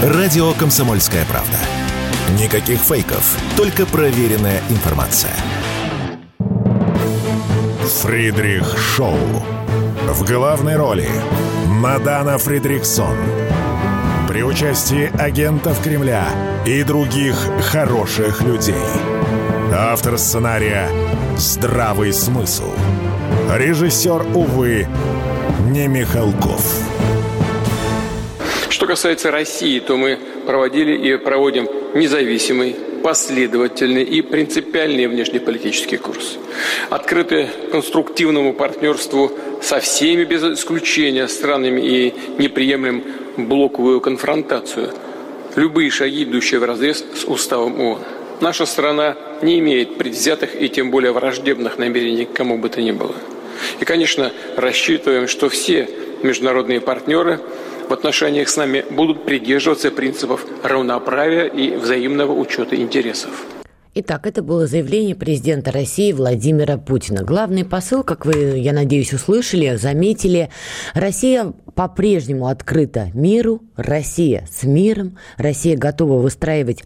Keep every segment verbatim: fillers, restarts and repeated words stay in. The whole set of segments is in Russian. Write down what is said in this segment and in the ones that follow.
Радио «Комсомольская правда». Никаких фейков, только проверенная информация. Фридрих Шоу. В главной роли Маданна Фридриксон. При участии агентов Кремля и других хороших людей. Автор сценария «Здравый смысл». Режиссер, увы, не Михалков. Что касается России, то мы проводили и проводим независимый, последовательный и принципиальный внешнеполитический курс. Открыты конструктивному партнерству со всеми без исключения странами и не приемлем блоковую конфронтацию. Любые шаги, идущие вразрез с уставом ООН. Наша страна не имеет предвзятых и тем более враждебных намерений к кому бы то ни было. И, конечно, рассчитываем, что все международные партнеры в отношениях с нами будут придерживаться принципов равноправия и взаимного учета интересов. Итак, это было заявление президента России Владимира Путина. Главный посыл, как вы, я надеюсь, услышали, заметили, Россия по-прежнему открыта миру, Россия с миром, Россия готова выстраивать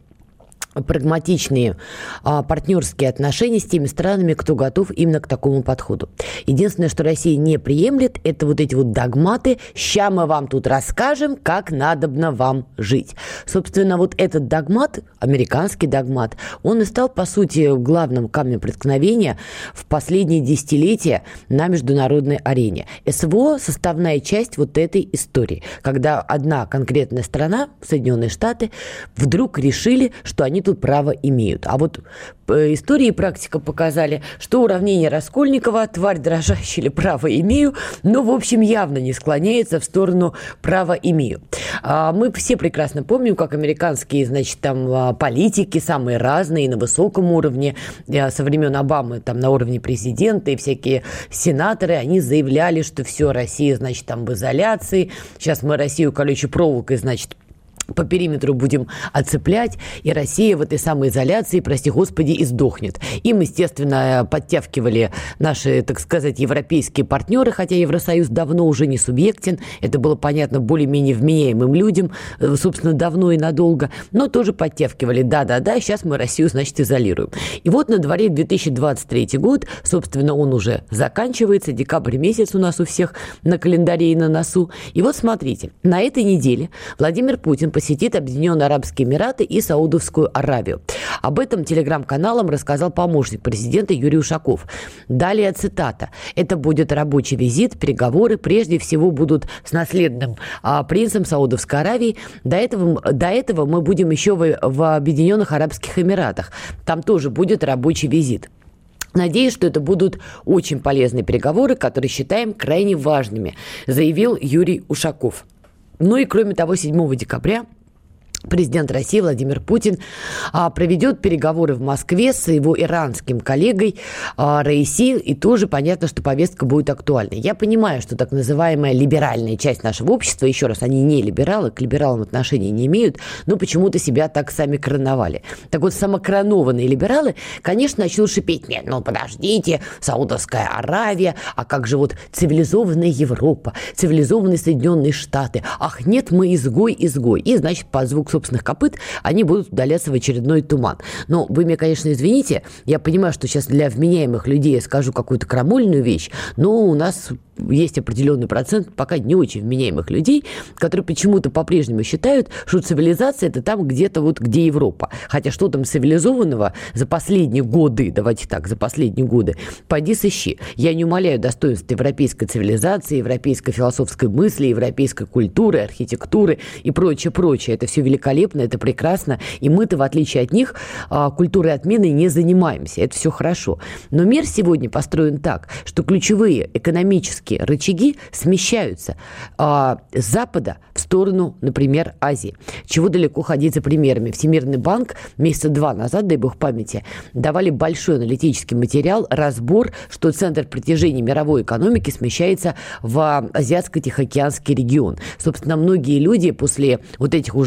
прагматичные а, партнерские отношения с теми странами, кто готов именно к такому подходу. Единственное, что Россия не приемлет, это вот эти вот догматы. Ща мы вам тут расскажем, как надобно вам жить. Собственно, вот этот догмат, американский догмат, он и стал, по сути, главным камнем преткновения в последние десятилетия на международной арене. СВО – составная часть вот этой истории, когда одна конкретная страна, Соединенные Штаты, вдруг решили, что они тут право имеют. А вот история и практика показали, что уравнение Раскольникова, тварь дрожащая или право имею, но, в общем, явно не склоняется в сторону права имею. Мы все прекрасно помним, как американские, значит, там политики, самые разные, на высоком уровне, со времен Обамы, там, на уровне президента и всякие сенаторы, они заявляли, что все, Россия, значит, там в изоляции, сейчас мы Россию колючей проволокой, значит, по периметру будем отцеплять, и Россия в этой самой изоляции, прости господи, и сдохнет. Им, естественно, подтявкивали наши, так сказать, европейские партнеры, хотя Евросоюз давно уже не субъектен, это было понятно более-менее вменяемым людям, собственно, давно и надолго, но тоже подтявкивали, да-да-да, сейчас мы Россию, значит, изолируем. И вот на дворе две тысячи двадцать третий год, собственно, он уже заканчивается, декабрь месяц у нас у всех на календаре и на носу. И вот смотрите, на этой неделе Владимир Путин посетит Объединенные Арабские Эмираты и Саудовскую Аравию. Об этом телеграм-каналам рассказал помощник президента Юрий Ушаков. Далее цитата. Это будет рабочий визит, переговоры прежде всего будут с наследным а, принцем Саудовской Аравии. До этого, до этого мы будем еще в, в Объединенных Арабских Эмиратах. Там тоже будет рабочий визит. Надеюсь, что это будут очень полезные переговоры, которые считаем крайне важными, заявил Юрий Ушаков. Ну и кроме того, седьмого декабря президент России Владимир Путин а, проведет переговоры в Москве с его иранским коллегой а, Раиси, и тоже понятно, что повестка будет актуальной. Я понимаю, что так называемая либеральная часть нашего общества, еще раз, они не либералы, к либералам отношения не имеют, но почему-то себя так сами короновали. Так вот, самокоронованные либералы, конечно, начнут шипеть: нет, ну подождите, Саудовская Аравия, а как же вот цивилизованная Европа, цивилизованные Соединенные Штаты, ах нет, мы изгой, изгой, и, значит, под звук собственных копыт они будут удаляться в очередной туман. Но вы меня, конечно, извините, я понимаю, что сейчас для вменяемых людей я скажу какую-то крамольную вещь, но у нас есть определенный процент пока не очень вменяемых людей, которые почему-то по-прежнему считают, что цивилизация – это там где-то вот где Европа. Хотя что там цивилизованного за последние годы, давайте так, за последние годы, поди сыщи. Я не умаляю достоинств европейской цивилизации, европейской философской мысли, европейской культуры, архитектуры и прочее, прочее. Это все великолепно, это прекрасно. И мы-то, в отличие от них, культурой отмены не занимаемся. Это все хорошо. Но мир сегодня построен так, что ключевые экономические рычаги смещаются а, с Запада в сторону, например, Азии. Чего далеко ходить за примерами. Всемирный банк месяца два назад, дай бог памяти, давали большой аналитический материал, разбор, что центр притяжения мировой экономики смещается в Азиатско-Тихоокеанский регион. Собственно, многие люди после вот этих уже выкладок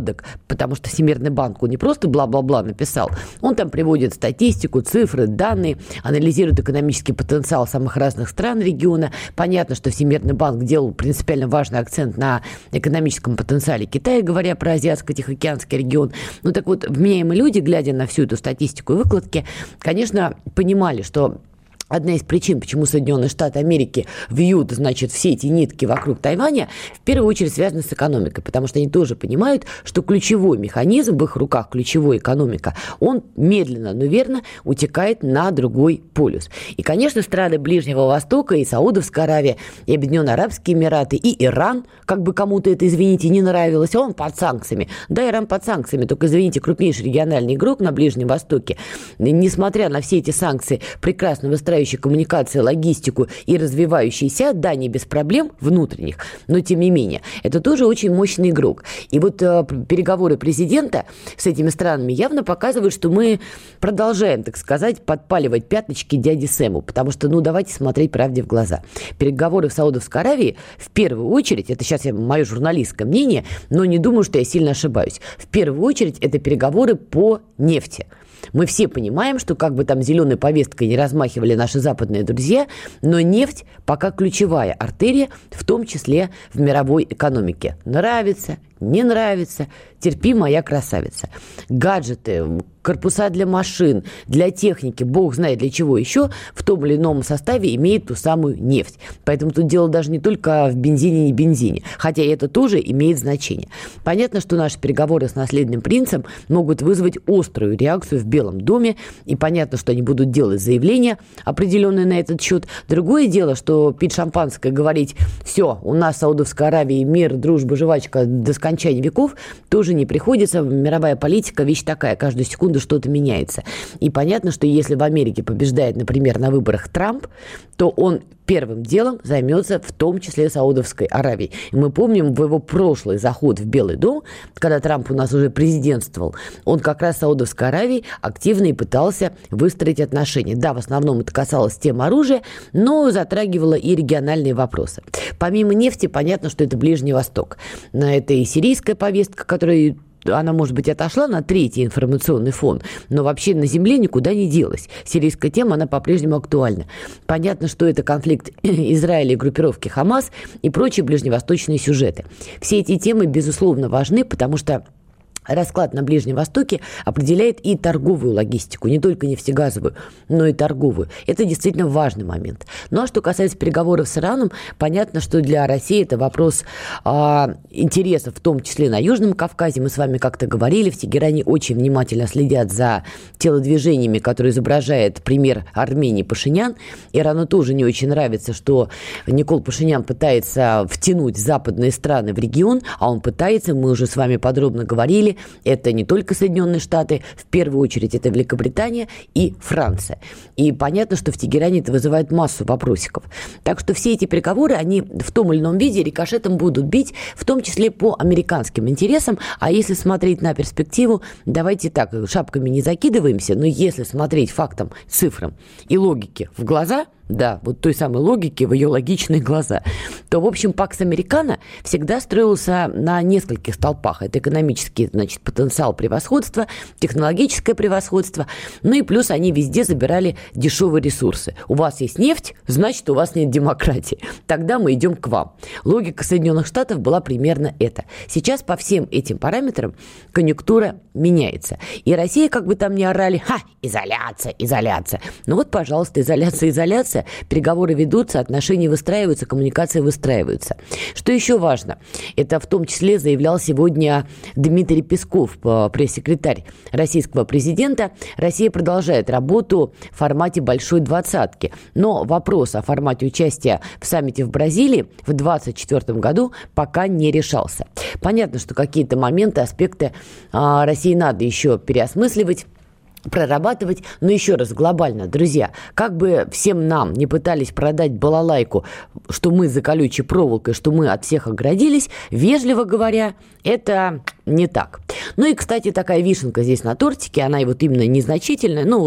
выводок, потому что Всемирный банк, он не просто бла-бла-бла написал, он там приводит статистику, цифры, данные, анализирует экономический потенциал самых разных стран региона. Понятно, что Всемирный банк делал принципиально важный акцент на экономическом потенциале Китая, говоря про Азиатско-Тихоокеанский регион. Ну так вот, вменяемые люди, глядя на всю эту статистику и выкладки, конечно, понимали, что одна из причин, почему Соединенные Штаты Америки вьют, значит, все эти нитки вокруг Тайваня, в первую очередь связана с экономикой, потому что они тоже понимают, что ключевой механизм в их руках, ключевой экономика, он медленно, но верно утекает на другой полюс. И, конечно, страны Ближнего Востока, и Саудовская Аравия, и Объединенные Арабские Эмираты, и Иран, как бы кому-то это, извините, не нравилось, а он под санкциями. Да, Иран под санкциями, только, извините, крупнейший региональный игрок на Ближнем Востоке, несмотря на все эти санкции, прекрасно выстраивающий коммуникации, логистику и развивающийся, да, не без проблем внутренних, но тем не менее, это тоже очень мощный игрок. И вот э, переговоры президента с этими странами явно показывают, что мы продолжаем, так сказать, подпаливать пяточки дяде Сэму, потому что, ну, давайте смотреть правде в глаза. Переговоры в Саудовской Аравии, в первую очередь, это сейчас мое журналистское мнение, но не думаю, что я сильно ошибаюсь, в первую очередь это переговоры по нефти. Мы все понимаем, что как бы там зеленой повесткой не размахивали наши западные друзья, но нефть пока ключевая артерия, в том числе в мировой экономике. Нравится, не нравится, терпи, моя красавица. Гаджеты, корпуса для машин, для техники, бог знает для чего еще, в том или ином составе имеет ту самую нефть. Поэтому тут дело даже не только в бензине, не бензине, хотя и это тоже имеет значение. Понятно, что наши переговоры с наследным принцем могут вызвать острую реакцию в Белом доме, и понятно, что они будут делать заявления определенные на этот счет. Другое дело, что пить шампанское, говорить, все, у нас в Саудовской Аравии мир, дружба, жвачка до скончания веков, тоже не приходится. Мировая политика вещь такая, каждую секунду что-то меняется. И понятно, что если в Америке побеждает, например, на выборах Трамп, то он первым делом займется в том числе Саудовской Аравией. И мы помним в его прошлый заход в Белый дом, когда Трамп у нас уже президентствовал, он как раз с Саудовской Аравией активно и пытался выстроить отношения. Да, в основном это касалось тем оружия, но затрагивало и региональные вопросы. Помимо нефти, понятно, что это Ближний Восток. Это и сирийская повестка, которая... Она, может быть, отошла на третий информационный фон, но вообще на земле никуда не делась. Сирийская тема, она по-прежнему актуальна. Понятно, что это конфликт Израиля и группировки Хамас и прочие ближневосточные сюжеты. Все эти темы, безусловно, важны, потому что расклад на Ближнем Востоке определяет и торговую логистику, не только нефтегазовую, но и торговую. Это действительно важный момент. Ну а что касается переговоров с Ираном, понятно, что для России это вопрос а, интересов, в том числе на Южном Кавказе. Мы с вами как-то говорили, в Тегеране очень внимательно следят за телодвижениями, которые изображает премьер Армении Пашинян. Ирану тоже не очень нравится, что Никол Пашинян пытается втянуть западные страны в регион, а он пытается, мы уже с вами подробно говорили, это не только Соединенные Штаты, в первую очередь это Великобритания и Франция. И понятно, что в Тегеране это вызывает массу вопросиков. Так что все эти переговоры, они в том или ином виде рикошетом будут бить, в том числе по американским интересам. А если смотреть на перспективу, давайте так, шапками не закидываемся, но если смотреть фактам, цифрам и логике в глаза, да, вот той самой логики в ее логичные глаза, то, в общем, Пакс Американо всегда строился на нескольких столпах. Это экономический, значит, потенциал превосходства, технологическое превосходство, ну и плюс они везде забирали дешевые ресурсы. У вас есть нефть, значит, у вас нет демократии. Тогда мы идем к вам. Логика Соединенных Штатов была примерно эта. Сейчас по всем этим параметрам конъюнктура меняется. И Россия, как бы там ни орали, ха, изоляция, изоляция. Ну вот, пожалуйста, изоляция, изоляция. Переговоры ведутся, отношения выстраиваются, коммуникации выстраиваются. Что еще важно? Это в том числе заявлял сегодня Дмитрий Песков, пресс-секретарь российского президента. Россия продолжает работу в формате большой двадцатки. Но вопрос о формате участия в саммите в Бразилии в двадцать четвёртом году пока не решался. Понятно, что какие-то моменты, аспекты а, России надо еще переосмысливать, прорабатывать, но еще раз глобально, друзья, как бы всем нам не пытались продать балалайку, что мы за колючей проволокой, что мы от всех оградились, вежливо говоря, это не так. Ну и, кстати, такая вишенка здесь на тортике, она и вот именно незначительная, ну вот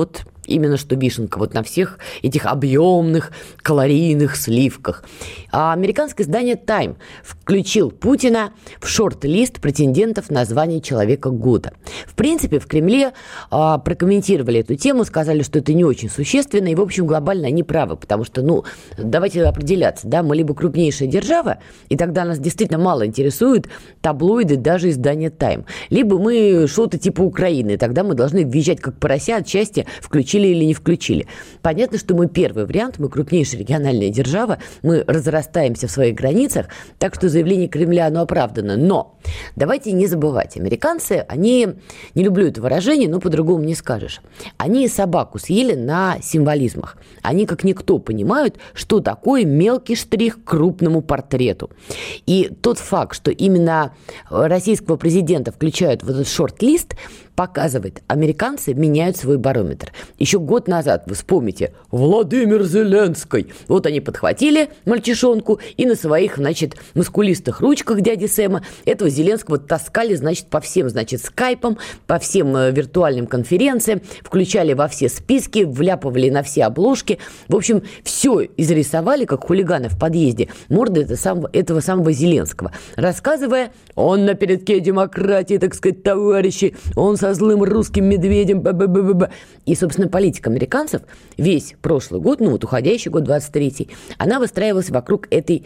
именно что вишенка вот на всех этих объемных калорийных сливках. А американское издание Time включил Путина в шорт-лист претендентов на звание Человека года. В принципе, в Кремле а, прокомментировали эту тему, сказали, что это не очень существенно, и, в общем, глобально они правы, потому что, ну, давайте определяться, да, мы либо крупнейшая держава, и тогда нас действительно мало интересуют таблоиды, даже издания Time, либо мы что-то типа Украины, и тогда мы должны въезжать как порося от счастья, включили или не включили. Понятно, что мы первый вариант, мы крупнейшая региональная держава, мы разрастаемся в своих границах, так что заявление Кремля, оно оправдано. Но давайте не забывать, американцы, они, не люблю это выражение, но по-другому не скажешь, они собаку съели на символизмах. Они как никто понимают, что такое мелкий штрих к крупному портрету. И тот факт, что именно российского президента включают в этот шорт-лист, показывает, американцы меняют свой барометр. Еще год назад, вы вспомните, Владимир Зеленский. Вот они подхватили мальчишонку и на своих, значит, мускулистых ручках дяди Сэма этого Зеленского таскали, значит, по всем, значит, скайпам, по всем виртуальным конференциям, включали во все списки, вляпывали на все обложки. В общем, все изрисовали, как хулиганы в подъезде, морды этого самого, этого самого Зеленского, рассказывая, он на передке демократии, так сказать, товарищи, он со злым русским медведем, б-б-б-б. И, собственно, политика американцев весь прошлый год, ну вот уходящий год, двадцать третий, она выстраивалась вокруг этой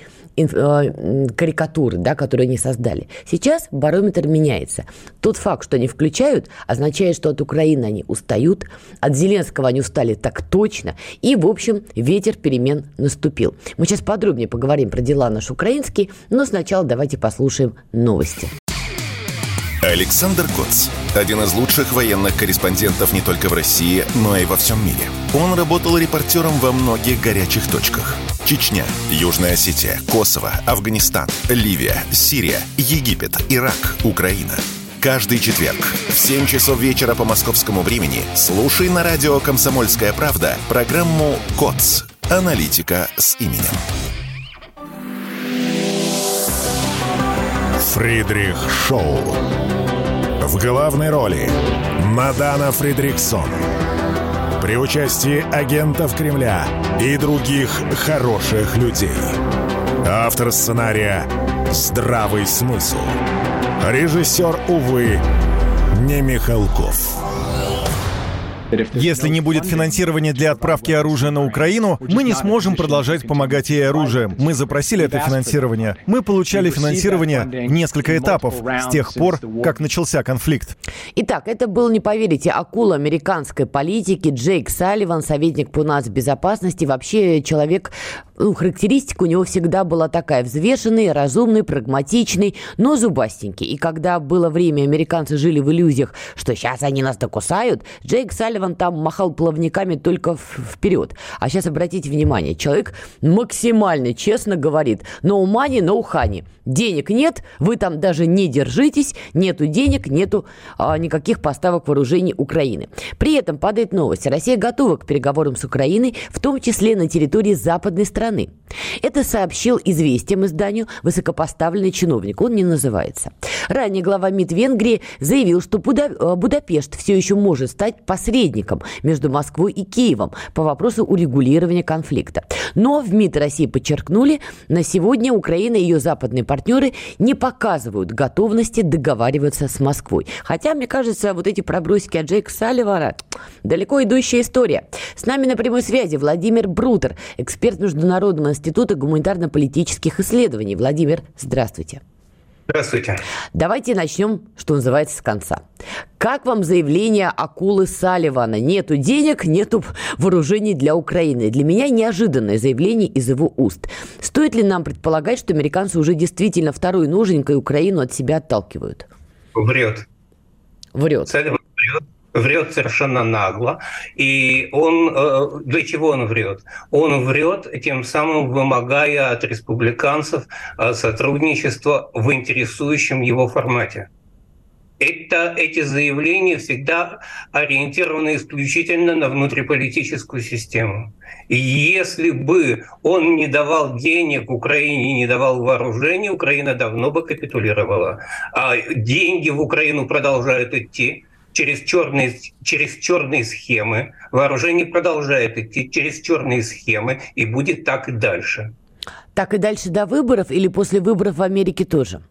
э, карикатуры, да, которую они создали. Сейчас барометр меняется. Тот факт, что они включают, означает, что от Украины они устают, от Зеленского они устали так точно, и, в общем, ветер перемен наступил. Мы сейчас подробнее поговорим про дела наши украинские, но сначала давайте послушаем новости. Александр Коц. Один из лучших военных корреспондентов не только в России, но и во всем мире. Он работал репортером во многих горячих точках. Чечня, Южная Осетия, Косово, Афганистан, Ливия, Сирия, Египет, Ирак, Украина. Каждый четверг в семь часов вечера по московскому времени слушай на радио «Комсомольская правда» программу «Коц. Аналитика с именем». Фридрих Шоу. В главной роли Мадана Фридрихсон. При участии агентов Кремля и других хороших людей. Автор сценария «Здравый смысл». Режиссер, увы, не Михалков. Если не будет финансирования для отправки оружия на Украину, мы не сможем продолжать помогать ей оружием. Мы запросили это финансирование. Мы получали финансирование в несколько этапов с тех пор, как начался конфликт. Итак, это был, не поверите, акула американской политики Джейк Салливан, советник по нацбезопасности. Вообще человек, ну, характеристика у него всегда была такая: взвешенный, разумный, прагматичный, но зубастенький. И когда было время, американцы жили в иллюзиях, что сейчас они нас докусают, Джейк Салливан там махал плавниками только вперед. А сейчас обратите внимание, человек максимально честно говорит: no money, no honey. Денег нет, вы там даже не держитесь, нету денег, нету а, никаких поставок вооружений Украины. При этом падает новость: Россия готова к переговорам с Украиной, в том числе на территории западной страны. Это сообщил «Известиям» изданию высокопоставленный чиновник, он не называется. Ранее глава МИД Венгрии заявил, что Буда... Будапешт все еще может стать посредником между Москвой и Киевом по вопросу урегулирования конфликта. Но в МИД России подчеркнули, на сегодня Украина и ее западные партнеры не показывают готовности договариваться с Москвой. Хотя, мне кажется, вот эти пробросики от Джейка Салливана – далеко идущая история. С нами на прямой связи Владимир Брутер, эксперт Международного института гуманитарно-политических исследований. Владимир, здравствуйте. Здравствуйте. Давайте начнем, что называется, с конца. Как вам заявление акулы Салливана? Нету денег, нету вооружений для Украины. Для меня неожиданное заявление из его уст. Стоит ли нам предполагать, что американцы уже действительно второй ноженькой Украину от себя отталкивают? Врет. Врет. Салливан врет. Врет совершенно нагло. И он... Для чего он врет? Он врет, тем самым вымогая от республиканцев сотрудничество в интересующем его формате. Это, эти заявления всегда ориентированы исключительно на внутриполитическую систему. И если бы он не давал денег Украине, не давал вооружений, Украина давно бы капитулировала. А деньги в Украину продолжают идти. через черные, через черные схемы. Вооружение продолжает идти через черные схемы, и будет так и дальше. Так и дальше до выборов или после выборов в Америке тоже?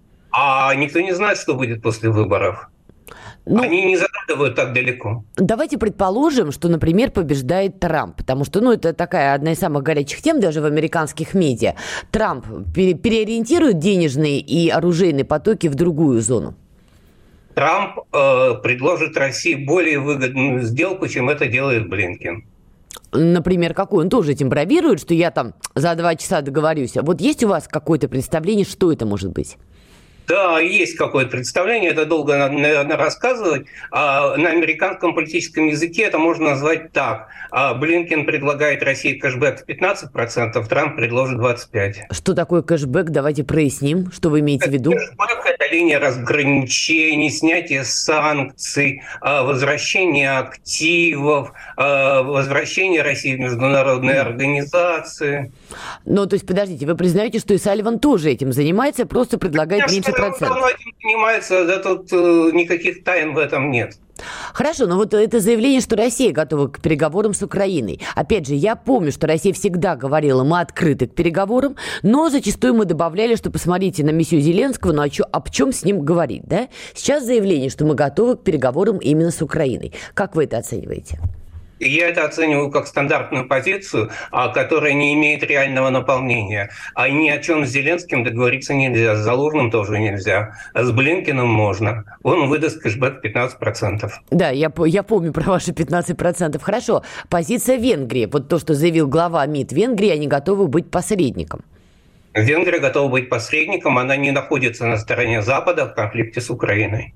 А никто не знает, что будет после выборов. Ну, они не загадывают так далеко. Давайте предположим, что, например, побеждает Трамп, потому что, ну, это такая одна из самых горячих тем даже в американских медиа. Трамп пере- переориентирует денежные и оружейные потоки в другую зону. Трамп э, предложит России более выгодную сделку, чем это делает Блинкен. Например, какой? Он тоже этим бравирует, что я там за два часа договорюсь. Вот есть у вас какое-то представление, что это может быть? Да, есть какое-то представление, это долго, наверное, рассказывать. А на американском политическом языке это можно назвать так. Блинкен предлагает России кэшбэк в пятнадцать процентов, Трамп предложит двадцать пять процентов. Что такое кэшбэк? Давайте проясним, что вы имеете в виду. Кэшбэк – это линия разграничений, снятие санкций, возвращение активов, возвращение России в международные организации. Ну, то есть, подождите, вы признаете, что и Салливан тоже этим занимается, просто предлагает меньше процентов? Он давно этим занимается, да, тут э, никаких тайн в этом нет. Хорошо, но вот это заявление, что Россия готова к переговорам с Украиной. Опять же, я помню, что Россия всегда говорила, мы открыты к переговорам, но зачастую мы добавляли, что посмотрите на миссию Зеленского, ну а чё, об чем с ним говорить, да? Сейчас заявление, что мы готовы к переговорам именно с Украиной. Как вы это оцениваете? Я это оцениваю как стандартную позицию, которая не имеет реального наполнения. А ни о чем с Зеленским договориться нельзя, с Залужным тоже нельзя, с Блинкеном можно. Он выдаст кэшбэк пятнадцать процентов. Да, я, я помню про ваши пятнадцать процентов. Хорошо. Позиция Венгрии. Вот то, что заявил глава МИД Венгрии, они готовы быть посредником. Венгрия готова быть посредником, она не находится на стороне Запада в конфликте с Украиной.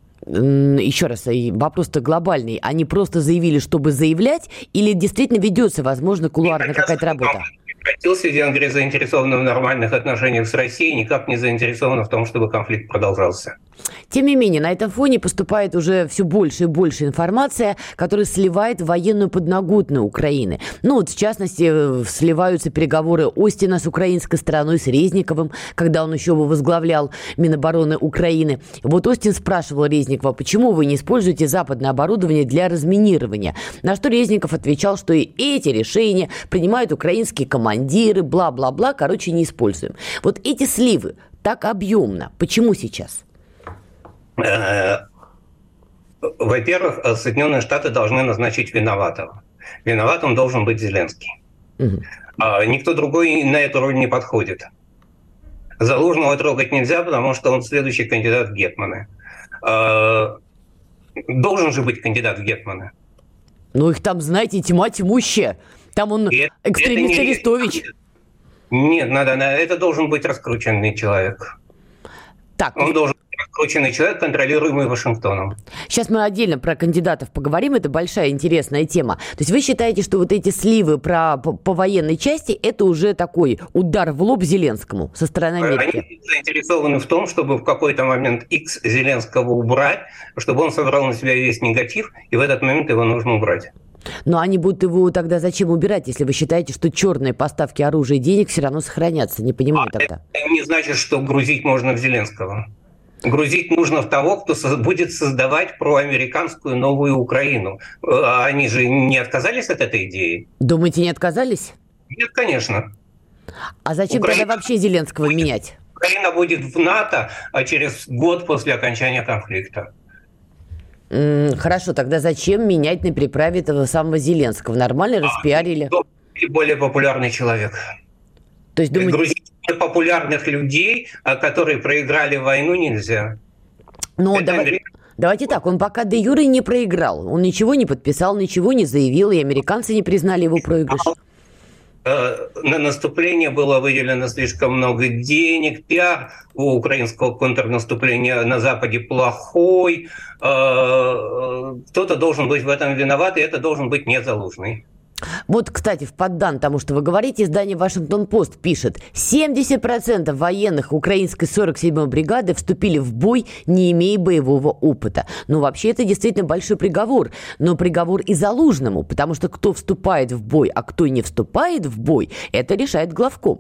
Еще раз, вопрос-то глобальный. Они просто заявили, чтобы заявлять, или действительно ведется, возможно, кулуарная какая-то работа? Прекратился. Венгрия заинтересована в нормальных отношениях с Россией, никак не заинтересована в том, чтобы конфликт продолжался. Тем не менее, на этом фоне поступает уже все больше и больше информация, которая сливает военную подноготную Украины. Ну вот, в частности, сливаются переговоры Остина с украинской стороной, с Резниковым, когда он еще возглавлял Минобороны Украины. Вот Остин спрашивал Резникова, почему вы не используете западное оборудование для разминирования? На что Резников отвечал, что и эти решения принимают украинские командиры, бла-бла-бла, короче, не используем. Вот эти сливы так объемно. Почему сейчас? Во-первых, Соединенные Штаты должны назначить виноватого. Виноватым должен быть Зеленский. Угу. Никто другой на эту роль не подходит. Залужного трогать нельзя, потому что он следующий кандидат в гетманы. Должен же быть кандидат в гетманы. Ну их там, знаете, тьма тьмущая. Там он это, экстремист это не... Арестович. Нет, надо, это должен быть раскрученный человек. Так. Он должен быть раскрученный человек, контролируемый Вашингтоном. Сейчас мы отдельно про кандидатов поговорим, это большая интересная тема. То есть вы считаете, что вот эти сливы про, по, по военной части, это уже такой удар в лоб Зеленскому со стороны Америки? Они заинтересованы в том, чтобы в какой-то момент X Зеленского убрать, чтобы он собрал на себя весь негатив, и в этот момент его нужно убрать. Но они будут его тогда зачем убирать, если вы считаете, что черные поставки оружия и денег все равно сохранятся? Не понимаю а тогда. Это не значит, что грузить можно в Зеленского. Грузить нужно в того, кто будет создавать проамериканскую новую Украину. Они же не отказались от этой идеи? Думаете, не отказались? Нет, конечно. А зачем Украина тогда вообще Зеленского будет, менять? Украина будет в НАТО а через год после окончания конфликта. Хорошо, тогда зачем менять на переправе этого самого Зеленского? Нормально а, распиарили? И более популярный человек. То есть думаете... Грузить популярных людей, которые проиграли войну, нельзя. Ну, давай... давайте так, он пока де юре не проиграл. Он ничего не подписал, ничего не заявил, и американцы не признали его проигрыш. На наступление было выделено слишком много денег, пиар у украинского контрнаступления на Западе плохой. Кто-то должен быть в этом виноват, и это должен быть не Залужный. Вот, кстати, в поддан тому, что вы говорите, издание «Вашингтон-Пост» пишет, семьдесят процентов военных украинской сорок седьмой бригады вступили в бой, не имея боевого опыта. Ну, вообще, это действительно большой приговор, но приговор и Залужному, потому что кто вступает в бой, а кто не вступает в бой, это решает главком.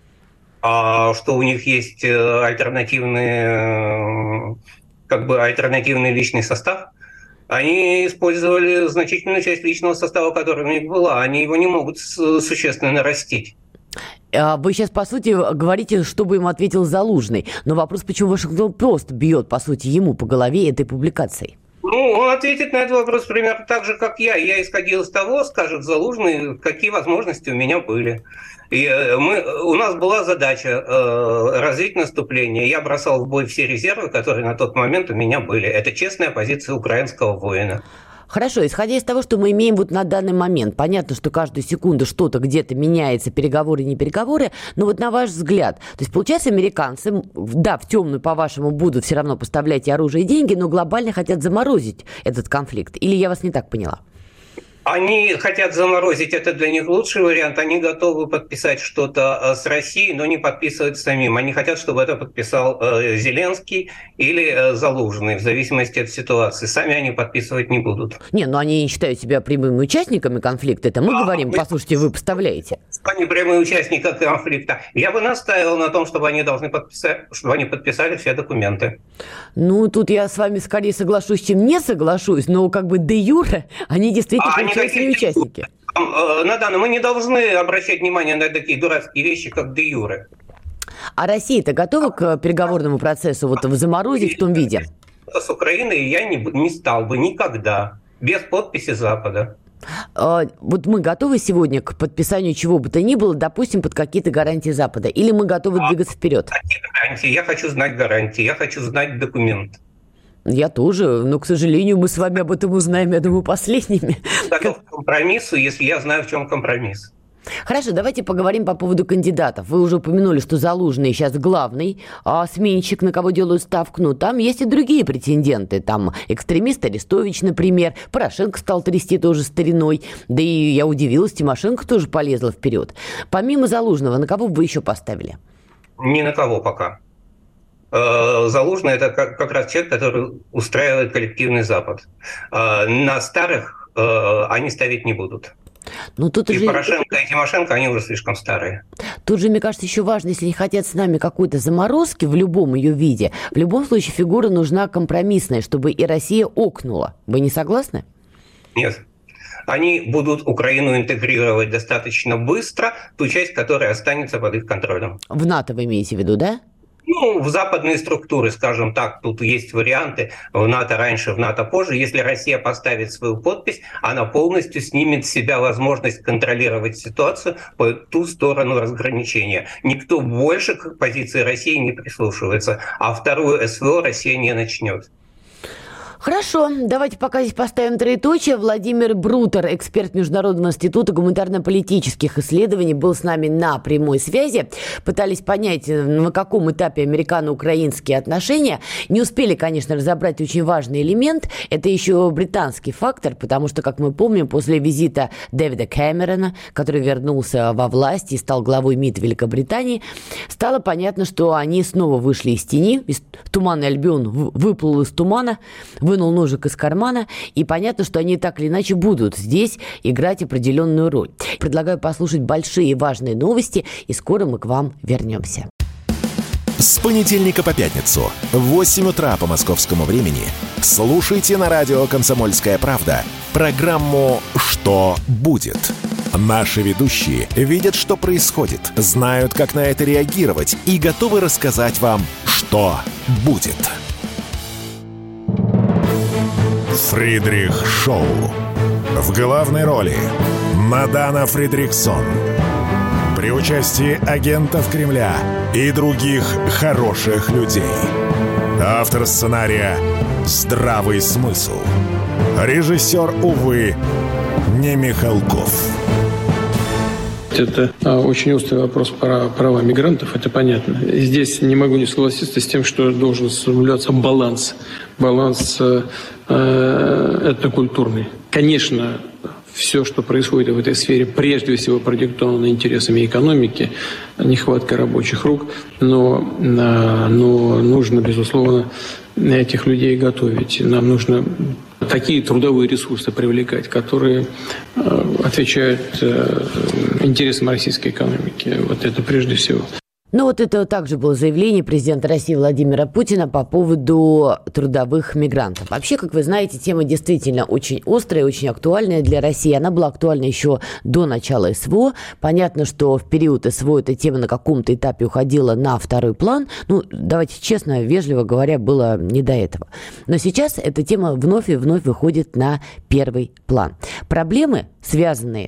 А что у них есть альтернативный, как бы альтернативный личный состав? Они использовали значительную часть личного состава, который у них была. Они его не могут существенно нарастить. Вы сейчас, по сути, говорите, что бы им ответил Залужный. Но вопрос, почему Вашингтон-Пост бьет, по сути, ему по голове этой публикацией? Ну, он ответит на этот вопрос примерно так же, как я. Я исходил из того, скажет Залужный, какие возможности у меня были. И мы, у нас была задача э, развить наступление. Я бросал в бой все резервы, которые на тот момент у меня были. Это честная позиция украинского воина. Хорошо, исходя из того, что мы имеем вот на данный момент, понятно, что каждую секунду что-то где-то меняется, переговоры, не переговоры, но вот на ваш взгляд, то есть получается, американцы, да, в темную, по-вашему, будут все равно поставлять и оружие, и деньги, но глобально хотят заморозить этот конфликт, или я вас не так поняла? Они хотят заморозить, это для них лучший вариант. Они готовы подписать что-то с Россией, но не подписывать самим. Они хотят, чтобы это подписал Зеленский или Залужный, в зависимости от ситуации. Сами они подписывать не будут. Не, ну они не считают себя прямыми участниками конфликта. Это мы а, говорим, вы... послушайте, вы поставляете. Они прямые участники конфликта. Я бы настаивал на том, чтобы они должны подписать, чтобы они подписали все документы. Ну, тут я с вами скорее соглашусь, чем не соглашусь, но как бы де юре они действительно... А свои участники. Надана, мы не должны обращать внимание на такие дурацкие вещи, как де юре. А Россия-то готова к переговорному процессу вот заморозить в том виде? С Украиной я не, не стал бы никогда, без подписи Запада. А, вот мы готовы сегодня к подписанию чего бы то ни было, допустим, под какие-то гарантии Запада? Или мы готовы а, двигаться вперед? Какие гарантии? Я хочу знать гарантии, я хочу знать документ. Я тоже, но, к сожалению, мы с вами об этом узнаем, я думаю, последними. Готов к компромиссу, если я знаю, в чем компромисс. Хорошо, давайте поговорим по поводу кандидатов. Вы уже упомянули, что Залужный сейчас главный а сменщик, на кого делают ставку. Ну, там есть и другие претенденты. Там экстремист Арестович, например. Порошенко стал трясти тоже стариной. Да и я удивилась, Тимошенко тоже полезла вперед. Помимо Залужного, на кого бы вы еще поставили? Ни на кого пока. Залужный – это как, как раз человек, который устраивает коллективный Запад. На старых они ставить не будут. Но тут и же... Порошенко, и Тимошенко, они уже слишком старые. Тут же, мне кажется, еще важно, если не хотят с нами какой-то заморозки в любом ее виде, в любом случае фигура нужна компромиссная, чтобы и Россия окнула. Вы не согласны? Нет. Они будут Украину интегрировать достаточно быстро, ту часть, которая останется под их контролем. В НАТО вы имеете в виду, да? Ну, в западные структуры, скажем так, тут есть варианты, в НАТО раньше, в НАТО позже. Если Россия поставит свою подпись, она полностью снимет с себя возможность контролировать ситуацию по ту сторону разграничения. Никто больше к позиции России не прислушивается, а вторую СВО Россия не начнет. Хорошо, давайте пока здесь поставим троеточие. Владимир Брутер, эксперт Международного института гуманитарно-политических исследований, был с нами на прямой связи. Пытались понять, на каком этапе американо-украинские отношения. Не успели, конечно, разобрать очень важный элемент. Это еще британский фактор, потому что, как мы помним, после визита Дэвида Кэмерона, который вернулся во власть и стал главой МИД Великобритании, стало понятно, что они снова вышли из тени. Из тумана Альбион выплыл из тумана, вынул ножик из кармана, и понятно, что они так или иначе будут здесь играть определенную роль. Предлагаю послушать большие и важные новости, и скоро мы к вам вернемся. С понедельника по пятницу в восемь утра по московскому времени слушайте на радио «Комсомольская правда» программу «Что будет?». Наши ведущие видят, что происходит, знают, как на это реагировать, и готовы рассказать вам, что будет. Фридрих Шоу. В главной роли Надана Фридрихсон. При участии агентов Кремля и других хороших людей. Автор сценария «Здравый смысл». Режиссер, увы, не Михалков. Это очень острый вопрос про права мигрантов, это понятно. Здесь не могу не согласиться с тем, что должен соблюдаться баланс. Баланс э, этнокультурный. Конечно, все, что происходит в этой сфере, прежде всего продиктовано интересами экономики, нехваткой рабочих рук, но, но нужно, безусловно, этих людей готовить. Нам нужно такие трудовые ресурсы привлекать, которые отвечают интересам российской экономики. Вот это прежде всего. Ну вот это также было заявление президента России Владимира Путина по поводу трудовых мигрантов. Вообще, как вы знаете, тема действительно очень острая, очень актуальная для России. Она была актуальна еще до начала СВО. Понятно, что в период СВО эта тема на каком-то этапе уходила на второй план. Ну, давайте честно, вежливо говоря, было не до этого. Но сейчас эта тема вновь и вновь выходит на первый план. Проблемы, связанные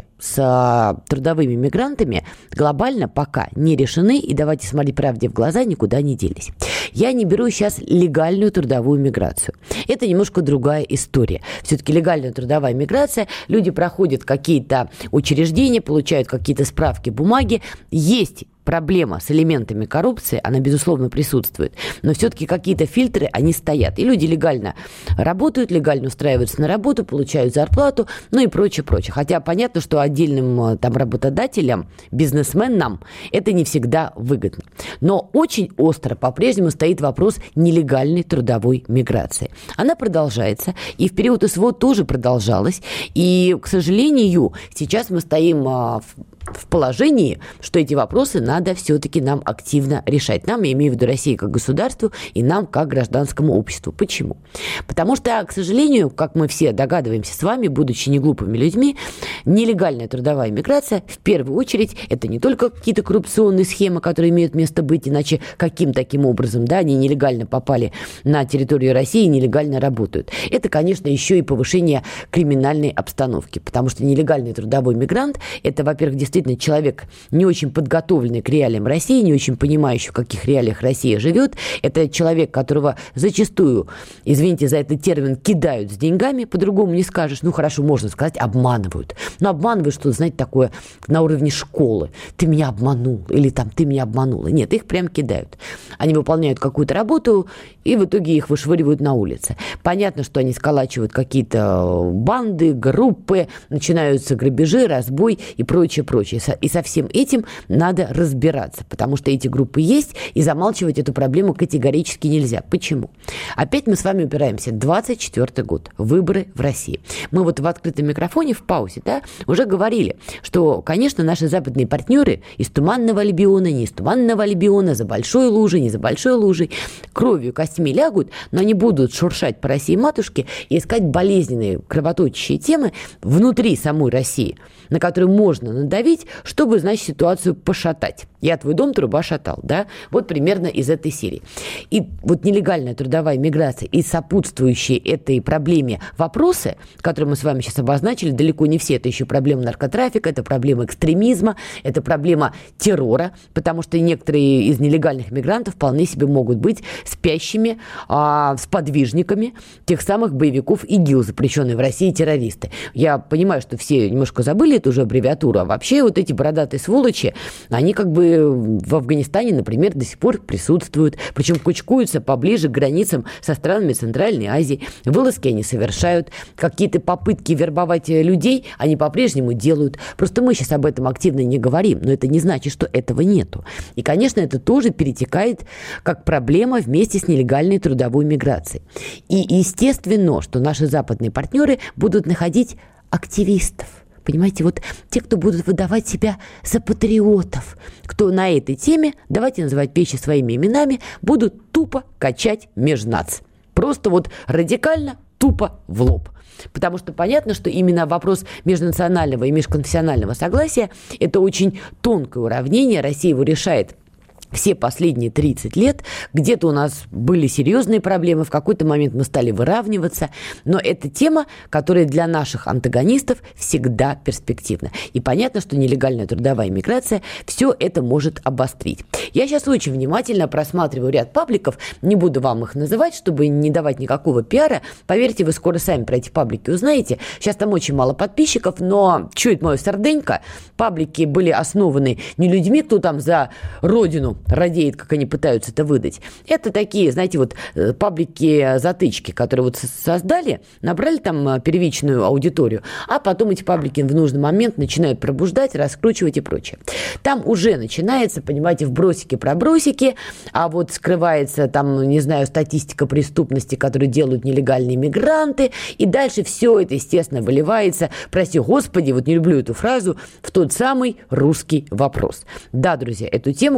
с трудовыми мигрантами, глобально пока не решены, и давайте смотреть правде в глаза, никуда не делись. Я не беру сейчас легальную трудовую миграцию. Это немножко другая история. Все-таки легальная трудовая миграция, люди проходят какие-то учреждения, получают какие-то справки, бумаги, есть проблема с элементами коррупции, она, безусловно, присутствует. Но все-таки какие-то фильтры, они стоят. И люди легально работают, легально устраиваются на работу, получают зарплату, ну и прочее, прочее. Хотя понятно, что отдельным там работодателям, бизнесменам это не всегда выгодно. Но очень остро по-прежнему стоит вопрос нелегальной трудовой миграции. Она продолжается, и в период СВО тоже продолжалась. И, к сожалению, сейчас мы стоим в в положении, что эти вопросы надо все-таки нам активно решать. Нам, я имею в виду России как государству, и нам как гражданскому обществу. Почему? Потому что, к сожалению, как мы все догадываемся с вами, будучи неглупыми людьми, нелегальная трудовая миграция, в первую очередь, это не только какие-то коррупционные схемы, которые имеют место быть, иначе каким таким образом, да, они нелегально попали на территорию России и нелегально работают. Это, конечно, еще и повышение криминальной обстановки, потому что нелегальный трудовой мигрант, это, во-первых, действительно человек, не очень подготовленный к реалиям России, не очень понимающий, в каких реалиях Россия живет. Это человек, которого зачастую, извините за этот термин, кидают с деньгами, по-другому не скажешь. Ну, хорошо, можно сказать, обманывают. Но обманывают, что, знаете, такое на уровне школы. Ты меня обманул, или там ты меня обманула. Нет, их прям кидают. Они выполняют какую-то работу, и в итоге их вышвыривают на улице. Понятно, что они сколачивают какие-то банды, группы, начинаются грабежи, разбой и прочее, прочее. И со всем этим надо разбираться, потому что эти группы есть, и замалчивать эту проблему категорически нельзя. Почему? Опять мы с вами упираемся. двадцать четвёртый год. Выборы в России. Мы вот в открытом микрофоне, в паузе, да, уже говорили, что, конечно, наши западные партнеры из Туманного Альбиона, не из Туманного Альбиона, за большой лужей, не за большой лужей, кровью, костями лягут, но они будут шуршать по России матушке и искать болезненные, кровоточащие темы внутри самой России, на которые можно надавить, чтобы, значит, ситуацию пошатать. Я твой дом, труба шатал, да? Вот примерно из этой серии. И вот нелегальная трудовая миграция и сопутствующие этой проблеме вопросы, которые мы с вами сейчас обозначили, далеко не все. Это еще проблема наркотрафика, это проблема экстремизма, это проблема террора, потому что некоторые из нелегальных мигрантов вполне себе могут быть спящими а, сподвижниками тех самых боевиков ИГИЛ, запрещенные в России террористы. Я понимаю, что все немножко забыли эту же аббревиатуру, а вообще вот эти бородатые сволочи, они как бы в Афганистане, например, до сих пор присутствуют, причем кучкуются поближе к границам со странами Центральной Азии. Вылазки они совершают, какие-то попытки вербовать людей они по-прежнему делают. Просто мы сейчас об этом активно не говорим, но это не значит, что этого нету. И, конечно, это тоже перетекает как проблема вместе с нелегальной трудовой миграцией. И естественно, что наши западные партнеры будут находить активистов. Понимаете, вот те, кто будут выдавать себя за патриотов, кто на этой теме, давайте называть вещи своими именами, будут тупо качать межнац. Просто вот радикально, тупо в лоб. Потому что понятно, что именно вопрос межнационального и межконфессионального согласия – это очень тонкое уравнение. Россия его решает все последние тридцать лет. Где-то у нас были серьезные проблемы, в какой-то момент мы стали выравниваться, но это тема, которая для наших антагонистов всегда перспективна. И понятно, что нелегальная трудовая миграция все это может обострить. Я сейчас очень внимательно просматриваю ряд пабликов, не буду вам их называть, чтобы не давать никакого пиара. Поверьте, вы скоро сами про эти паблики узнаете. Сейчас там очень мало подписчиков, но чует мое серденько. Паблики были основаны не людьми, кто там за родину радеет, как они пытаются это выдать. Это такие, знаете, вот паблики-затычки, которые вот создали, набрали там первичную аудиторию, а потом эти паблики в нужный момент начинают пробуждать, раскручивать и прочее. Там уже начинается, понимаете, вбросики-пробросики, а вот скрывается там, не знаю, статистика преступности, которую делают нелегальные мигранты, и дальше все это, естественно, выливается, прости господи, вот не люблю эту фразу, в тот самый русский вопрос. Да, друзья, эту тему, конечно же,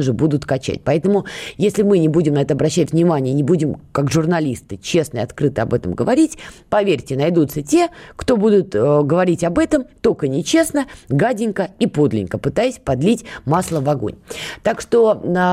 же, будут качать. Поэтому, если мы не будем на это обращать внимание, не будем, как журналисты, честно и открыто об этом говорить, поверьте, найдутся те, кто будут э, говорить об этом только нечестно, гаденько и подленько, пытаясь подлить масло в огонь. Так что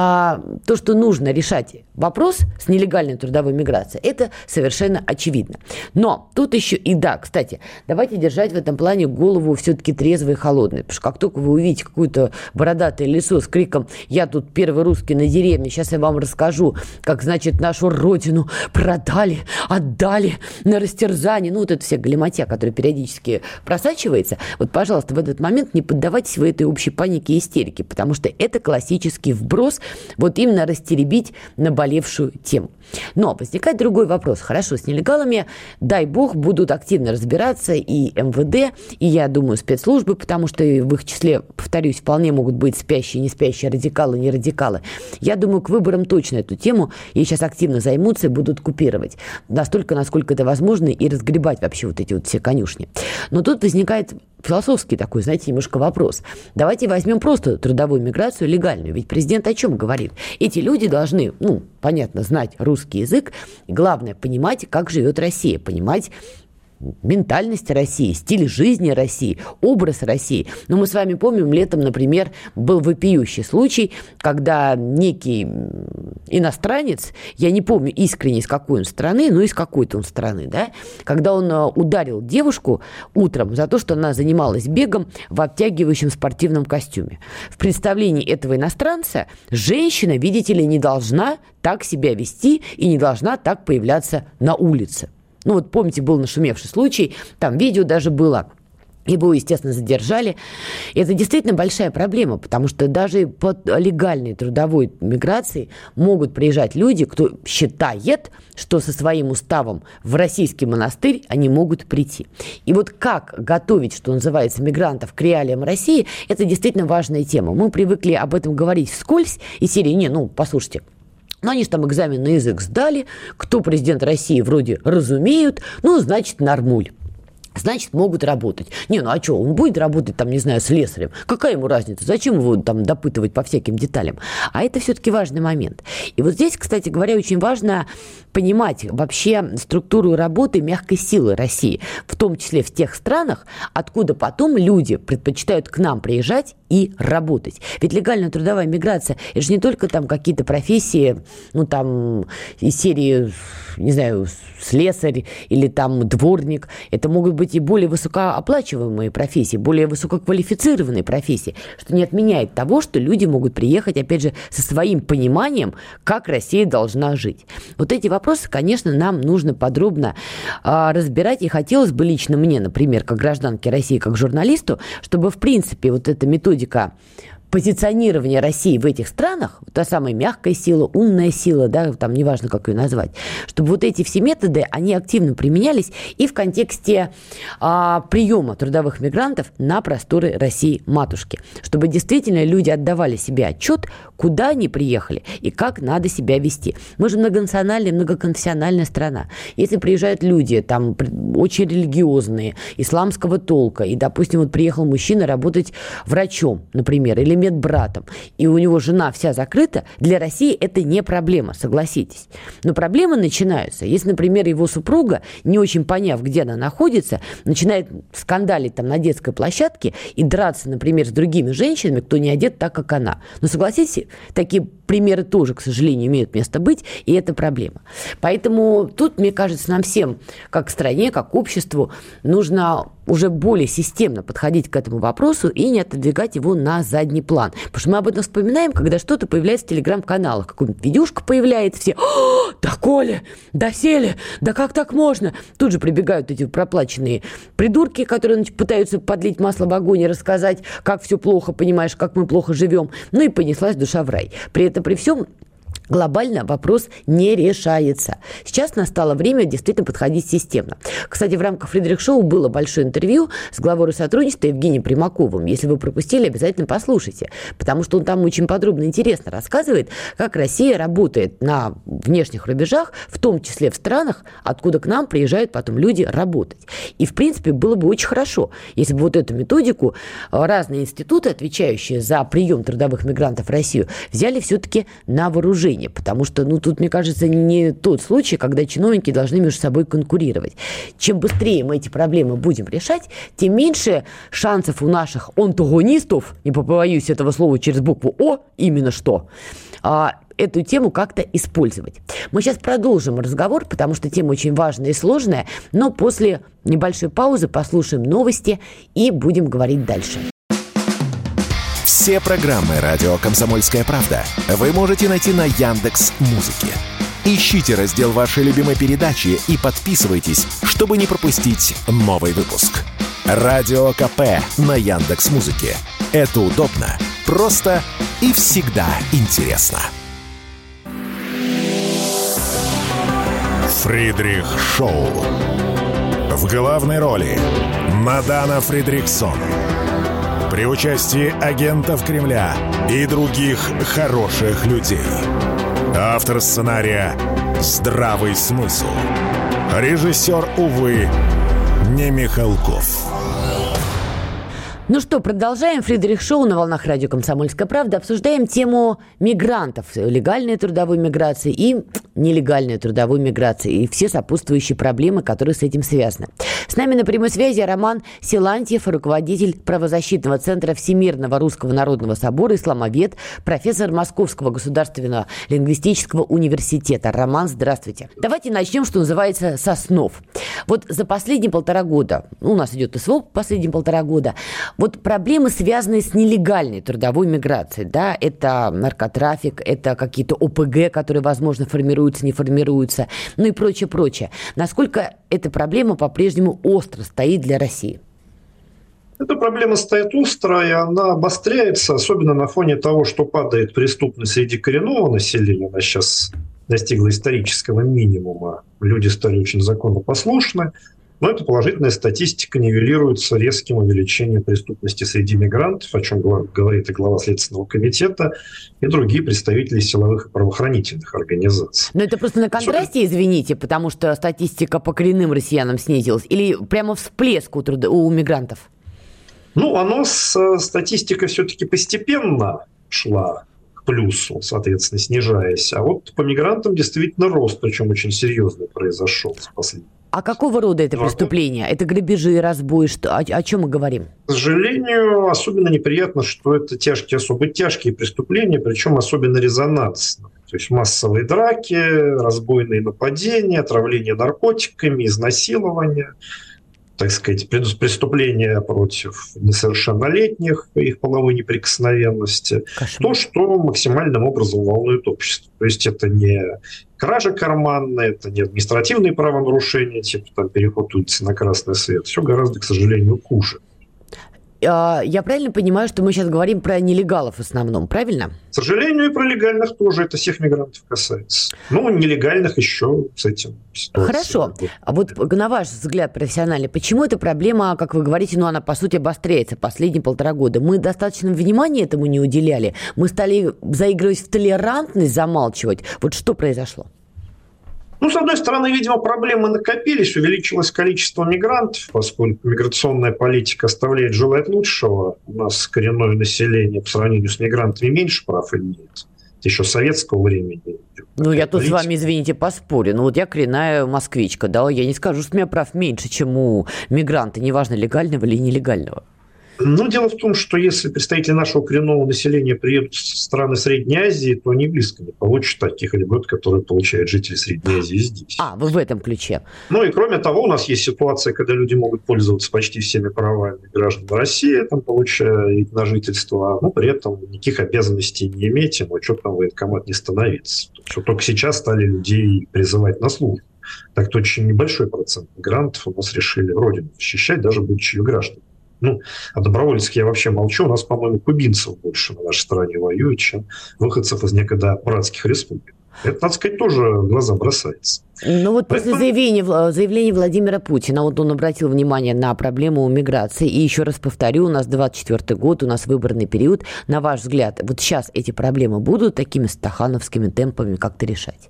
э, то, что нужно решать вопрос с нелегальной трудовой миграцией, это совершенно очевидно. Но тут еще и да, кстати, давайте держать в этом плане голову все-таки трезвой и холодной, потому что как только вы увидите какое-то бородатое лицо с криком «Я тут первый русский на деревне, сейчас я вам расскажу, как, значит, нашу родину продали, отдали на растерзание», ну вот это вся галиматья, которая периодически просачивается, вот, пожалуйста, в этот момент не поддавайтесь вы этой общей панике и истерике, потому что это классический вброс, вот именно растеребить наболевшую тему. Но возникает другой вопрос. Хорошо, с нелегалами, дай бог, будут активно разбираться и эм вэ дэ, и, я думаю, спецслужбы, потому что в их числе, повторюсь, вполне могут быть спящие, не спящие, радикалы, не радикалы. Я думаю, к выборам точно эту тему ей сейчас активно займутся и будут купировать. Настолько, насколько это возможно, и разгребать вообще вот эти вот все конюшни. Но тут возникает философский такой, знаете, немножко вопрос. Давайте возьмем просто трудовую миграцию легальную. Ведь президент о чем говорит? Эти люди должны, ну, понятно, знать русский язык. И главное, понимать, как живет Россия. Понимать ментальность России, стиль жизни России, образ России. Но мы с вами помним, летом, например, был вопиющий случай, когда некий иностранец, я не помню искренне, из какой он страны, но из какой-то он страны, да, когда он ударил девушку утром за то, что она занималась бегом в обтягивающем спортивном костюме. В представлении этого иностранца женщина, видите ли, не должна так себя вести и не должна так появляться на улице. Ну вот помните, был нашумевший случай, там видео даже было. Его, естественно, задержали. Это действительно большая проблема, потому что даже под легальной трудовой миграцией могут приезжать люди, кто считает, что со своим уставом в российский монастырь они могут прийти. И вот как готовить, что называется, мигрантов к реалиям России, это действительно важная тема. Мы привыкли об этом говорить вскользь, из серии «Не, ну, послушайте». Но они же там экзамен на язык сдали, кто президент России вроде разумеют, ну, значит, нормуль. Значит, могут работать. Не, ну а что, он будет работать, там, не знаю, слесарем? Какая ему разница? Зачем его там допытывать по всяким деталям? А это все-таки важный момент. И вот здесь, кстати говоря, очень важно понимать вообще структуру работы мягкой силы России, в том числе в тех странах, откуда потом люди предпочитают к нам приезжать и работать. Ведь легальная трудовая миграция, это же не только там какие-то профессии, ну там из серии, не знаю, слесарь или там дворник. Это могут быть и более высокооплачиваемые профессии, более высококвалифицированные профессии, что не отменяет того, что люди могут приехать, опять же, со своим пониманием, как Россия должна жить. Вот эти вопросы, конечно, нам нужно подробно а, разбирать, и хотелось бы лично мне, например, как гражданке России, как журналисту, чтобы, в принципе, вот эта методика позиционирование России в этих странах, та самая мягкая сила, умная сила, да, там неважно, как ее назвать, чтобы вот эти все методы, они активно применялись и в контексте а, приема трудовых мигрантов на просторы России-матушки, чтобы действительно люди отдавали себе отчет, куда они приехали и как надо себя вести. Мы же многонациональная, многоконфессиональная страна. Если приезжают люди, там, очень религиозные, исламского толка, и, допустим, вот приехал мужчина работать врачом, например, или медбратом, и у него жена вся закрыта, для России это не проблема, согласитесь. Но проблемы начинаются, если, например, его супруга, не очень поняв, где она находится, начинает скандалить там на детской площадке и драться, например, с другими женщинами, кто не одет так, как она. Но согласитесь, такие примеры тоже, к сожалению, имеют место быть, и это проблема. Поэтому тут, мне кажется, нам всем, как стране, как обществу, нужно уже более системно подходить к этому вопросу и не отодвигать его на задний план. Потому что мы об этом вспоминаем, когда что-то появляется в телеграм-каналах, какая-нибудь видюшка появляется, все: «О, да Коля, да Селя, да как так можно?» Тут же прибегают эти проплаченные придурки, которые пытаются подлить масло в огонь и рассказать, как все плохо, понимаешь, как мы плохо живем. Ну и понеслась душа в рай. При этом, при всем, Глобально вопрос не решается. Сейчас настало время действительно подходить системно. Кстати, в рамках Фридрих-шоу было большое интервью с главой Россотрудничества Евгением Примаковым. Если вы пропустили, обязательно послушайте, потому что он там очень подробно и интересно рассказывает, как Россия работает на внешних рубежах, в том числе в странах, откуда к нам приезжают потом люди работать. И, в принципе, было бы очень хорошо, если бы вот эту методику разные институты, отвечающие за прием трудовых мигрантов в Россию, взяли все-таки на вооружение. Потому что, ну, тут, мне кажется, не тот случай, когда чиновники должны между собой конкурировать. Чем быстрее мы эти проблемы будем решать, тем меньше шансов у наших антагонистов, не побоюсь этого слова через букву «О», именно что, эту тему как-то использовать. Мы сейчас продолжим разговор, потому что тема очень важная и сложная, но после небольшой паузы послушаем новости и будем говорить дальше. Все программы «Радио Комсомольская правда» вы можете найти на Яндекс.Музыке. Ищите раздел вашей любимой передачи и подписывайтесь, чтобы не пропустить новый выпуск. Радио КП на Яндекс.Музыке. Это удобно, просто и всегда интересно. Фридрих-шоу. В главной роли Мадана Фридрихсон. При участии агентов Кремля и других хороших людей. Автор сценария «Здравый смысл». Режиссер, увы, не Михалков. Ну что, продолжаем Фридрих-шоу на волнах радио «Комсомольская правда». Обсуждаем тему мигрантов, легальной трудовой миграции и нелегальной трудовой миграции, и все сопутствующие проблемы, которые с этим связаны. С нами на прямой связи Роман Силантьев, руководитель правозащитного центра Всемирного Русского Народного Собора, исламовед, профессор Московского государственного лингвистического университета. Роман, здравствуйте. Давайте начнем, что называется, с основ. Вот за последние полтора года, ну, у нас идет СВО последние полтора года, вот проблемы, связанные с нелегальной трудовой миграцией, да, это наркотрафик, это какие-то ОПГ, которые, возможно, формируются, не формируются, ну и прочее, прочее. Насколько эта проблема по-прежнему остро стоит для России? Эта проблема стоит остро, и она обостряется, особенно на фоне того, что падает преступность среди коренного населения. Она сейчас достигла исторического минимума. Люди стали очень законопослушны. Но эта положительная статистика нивелируется резким увеличением преступности среди мигрантов, о чем говорит и глава Следственного комитета, и другие представители силовых и правоохранительных организаций. Но это просто на контрасте, извините, потому что статистика по коренным россиянам снизилась, или прямо всплеск у, труда... у мигрантов? Ну, оно с статистикой все-таки постепенно шла к плюсу, соответственно, снижаясь. А вот по мигрантам действительно рост, причем очень серьезный, произошел в последние. А какого рода это преступления? Это грабежи, разбой? Что, о, о чем мы говорим? К сожалению, особенно неприятно, что это тяжкие, особо тяжкие преступления, причем особенно резонансные. То есть массовые драки, разбойные нападения, отравление наркотиками, изнасилования, так сказать, преступления против несовершеннолетних, их половой неприкосновенности. Кошмар. То, что максимальным образом волнует общество. То есть это не кража карманная, это не административные правонарушения, типа там переход улицы на красный свет. Все гораздо, к сожалению, хуже. Я правильно понимаю, что мы сейчас говорим про нелегалов в основном, правильно? К сожалению, и про легальных тоже. Это всех мигрантов касается. Ну, нелегальных еще с этим ситуация. Хорошо. А вот на ваш взгляд профессиональный, почему эта проблема, как вы говорите, ну, она, по сути, обостряется последние полтора года? Мы достаточно внимания этому не уделяли? Мы стали заигрывать в толерантность, замалчивать? Вот что произошло? Ну, с одной стороны, видимо, проблемы накопились, увеличилось количество мигрантов, поскольку миграционная политика оставляет желать лучшего. У нас коренное население по сравнению с мигрантами меньше прав имеет. Это еще советского времени. Ну, я тут политика. С вами, извините, поспорю. Ну, вот я коренная москвичка, да, я не скажу, что у меня прав меньше, чем у мигранта, неважно, легального или нелегального. Ну, дело в том, что если представители нашего коренного населения приедут в страны Средней Азии, то они близко не получат таких льгот, которые получают жители Средней Азии здесь. А, вы в этом ключе. Ну и кроме того, у нас есть ситуация, когда люди могут пользоваться почти всеми правами граждан России, там, получая вид на жительство, но при этом никаких обязанностей не иметь, но что там военкомат не становиться. Что только сейчас стали людей призывать на службу. Так-то очень небольшой процент мигрантов у нас решили родину защищать, даже будучи ее гражданами. Ну, о добровольцах я вообще молчу. У нас, по-моему, кубинцев больше на нашей стране воюют, чем выходцев из некогда братских республик. Это, надо сказать, тоже в глаза бросается. Ну вот после Поэтому... заявления, заявления Владимира Путина, вот он обратил внимание на проблему миграции. И еще раз повторю, у нас двадцать четвёртый год, у нас выборный период. На ваш взгляд, вот сейчас эти проблемы будут такими стахановскими темпами как-то решать?